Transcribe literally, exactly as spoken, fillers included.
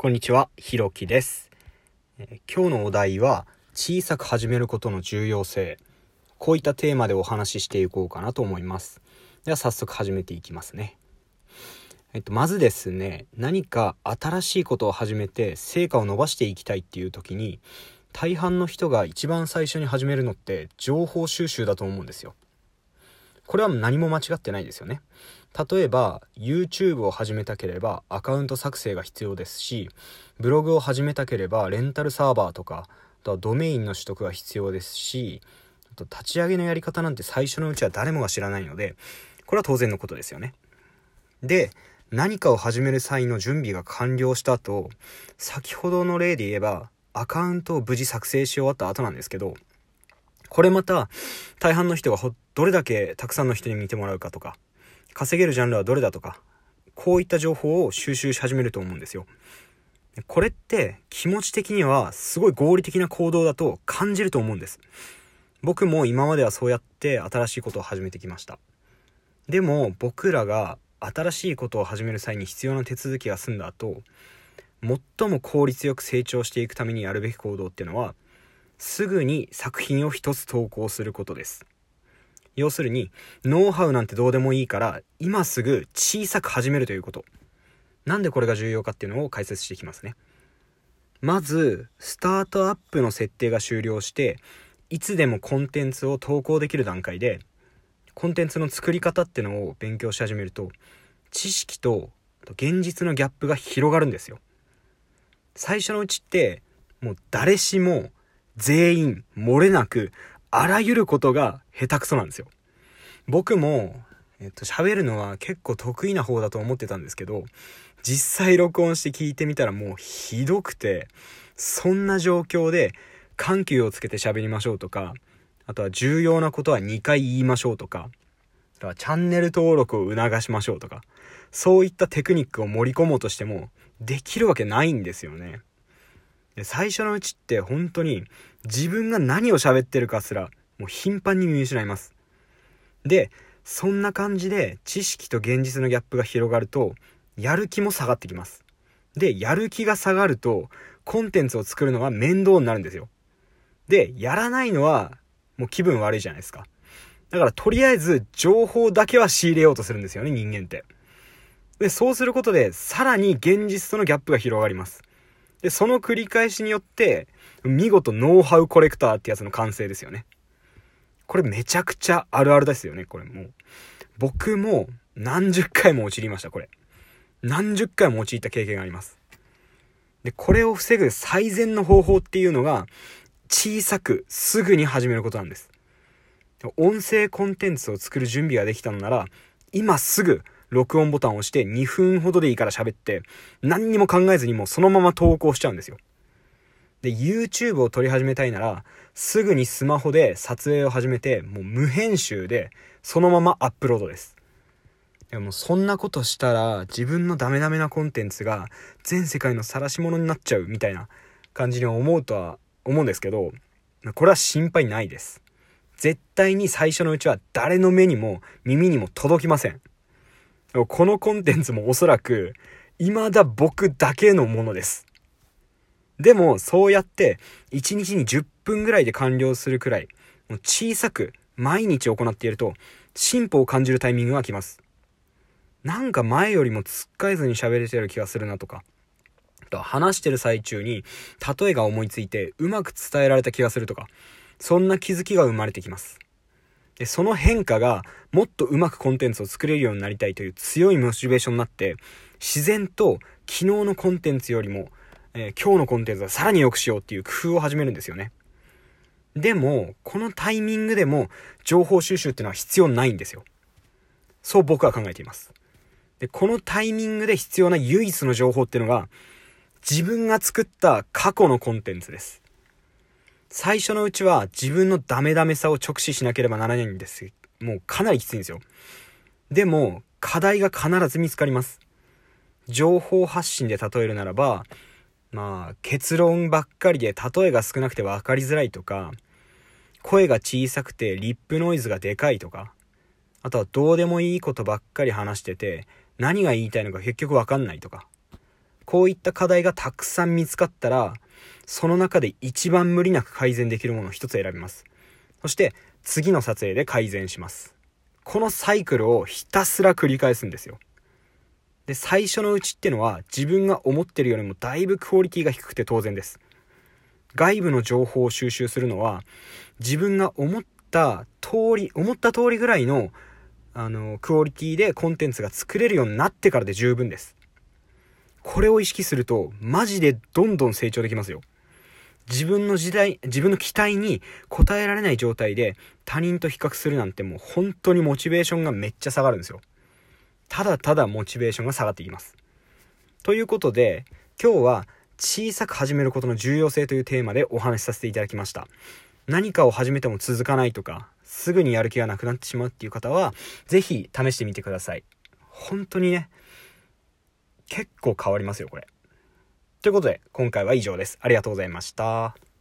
こんにちは、ひろきです。えー今日のお題は小さく始めることの重要性。こういったテーマでお話ししていこうかなと思います。では早速始めていきますね。えっと、まずですね、何か新しいことを始めて成果を伸ばしていきたいっていう時に、大半の人が一番最初に始めるのって情報収集だと思うんですよ。これは何も間違ってないですよね。例えば YouTube を始めたければアカウント作成が必要ですし、ブログを始めたければレンタルサーバーとか、あとはドメインの取得が必要ですし、あと立ち上げのやり方なんて最初のうちは誰もが知らないので、これは当然のことですよね。で、何かを始める際の準備が完了した後、先ほどの例で言えばアカウントを無事作成し終わった後なんですけど、これまた大半の人がどれだけたくさんの人に見てもらうかとか、稼げるジャンルはどれだとか、こういった情報を収集し始めると思うんですよ。これって気持ち的にはすごい合理的な行動だと感じると思うんです。僕も今まではそうやって新しいことを始めてきました。でも僕らが新しいことを始める際に必要な手続きが済んだ後、最も効率よく成長していくためにやるべき行動っていうのは、すぐに作品を一つ投稿することです。要するにノウハウなんてどうでもいいから今すぐ小さく始めるということ。なんでこれが重要かっていうのを解説していきますね。まずスタートアップの設定が終了して、いつでもコンテンツを投稿できる段階でコンテンツの作り方っていうのを勉強し始めると、知識と現実のギャップが広がるんですよ。最初のうちってもう誰しも全員漏れなくあらゆることが下手くそなんですよ。僕も、えっと、喋るのは結構得意な方だと思ってたんですけど、実際録音して聞いてみたらもうひどくて、そんな状況で緩急をつけて喋りましょうとか、あとは重要なことはにかい言いましょうとか、あとはチャンネル登録を促しましょうとか、そういったテクニックを盛り込もうとしてもできるわけないんですよね。で、最初のうちって本当に自分が何を喋ってるかすらもう頻繁に見失います。で、そんな感じで知識と現実のギャップが広がると、やる気も下がってきます。で、やる気が下がるとコンテンツを作るのが面倒になるんですよ。で、やらないのはもう気分悪いじゃないですか。だからとりあえず情報だけは仕入れようとするんですよね、人間って。で、そうすることでさらに現実とのギャップが広がります。で、その繰り返しによって見事ノウハウコレクターってやつの完成ですよね。これめちゃくちゃあるあるですよね。これもう僕も何十回も陥りました。これ何十回も陥った経験があります。で、これを防ぐ最善の方法っていうのが、小さくすぐに始めることなんです。音声コンテンツを作る準備ができたのなら、今すぐ録音ボタンを押してにふんほどでいいから喋って、何にも考えずにもうそのまま投稿しちゃうんですよ。で、YouTube を撮り始めたいなら、すぐにスマホで撮影を始めて、もう無編集でそのままアップロードです。でもそんなことしたら自分のダメダメなコンテンツが全世界の晒し者になっちゃうみたいな感じに思うとは思うんですけど、これは心配ないです。絶対に最初のうちは誰の目にも耳にも届きません。このコンテンツもおそらく未だ僕だけのものです。でもそうやっていちにちにじゅっぷんぐらいで完了するくらい、もう小さく毎日行っていると進歩を感じるタイミングが来ます。なんか前よりもつっかえずに喋れてる気がするなとか、話してる最中に例えが思いついてうまく伝えられた気がするとか、そんな気づきが生まれてきます。で、その変化がもっとうまくコンテンツを作れるようになりたいという強いモチベーションになって、自然と昨日のコンテンツよりも、えー、今日のコンテンツはさらに良くしようっていう工夫を始めるんですよね。でもこのタイミングでも情報収集っていうのは必要ないんですよ。そう僕は考えています。で、このタイミングで必要な唯一の情報っていうのが、自分が作った過去のコンテンツです。最初のうちは自分のダメダメさを直視しなければならないんです。もうかなりきついんですよ。でも課題が必ず見つかります。情報発信で例えるならば、まあ結論ばっかりで例えが少なくて分かりづらいとか、声が小さくてリップノイズがでかいとか、あとはどうでもいいことばっかり話してて何が言いたいのか結局分かんないとか、 こういった課題がたくさん見つかったら、その中で一番無理なく改善できるものを一つ選びます。そして次の撮影で改善します。このサイクルをひたすら繰り返すんですよ。で、最初のうちってのは自分が思ってるよりもだいぶクオリティが低くて当然です。外部の情報を収集するのは自分が思った通り思った通りぐらいのあのクオリティでコンテンツが作れるようになってからで十分です。これを意識するとマジでどんどん成長できますよ。自分の時代自分の期待に応えられない状態で他人と比較するなんてもう本当にモチベーションがめっちゃ下がるんですよ。ただただモチベーションが下がっていきます。ということで今日は小さく始めることの重要性というテーマでお話しさせていただきました。何かを始めても続かないとかすぐにやる気がなくなってしまうっていう方はぜひ試してみてください。本当にね結構変わりますよこれ。ということで今回は以上です。ありがとうございました。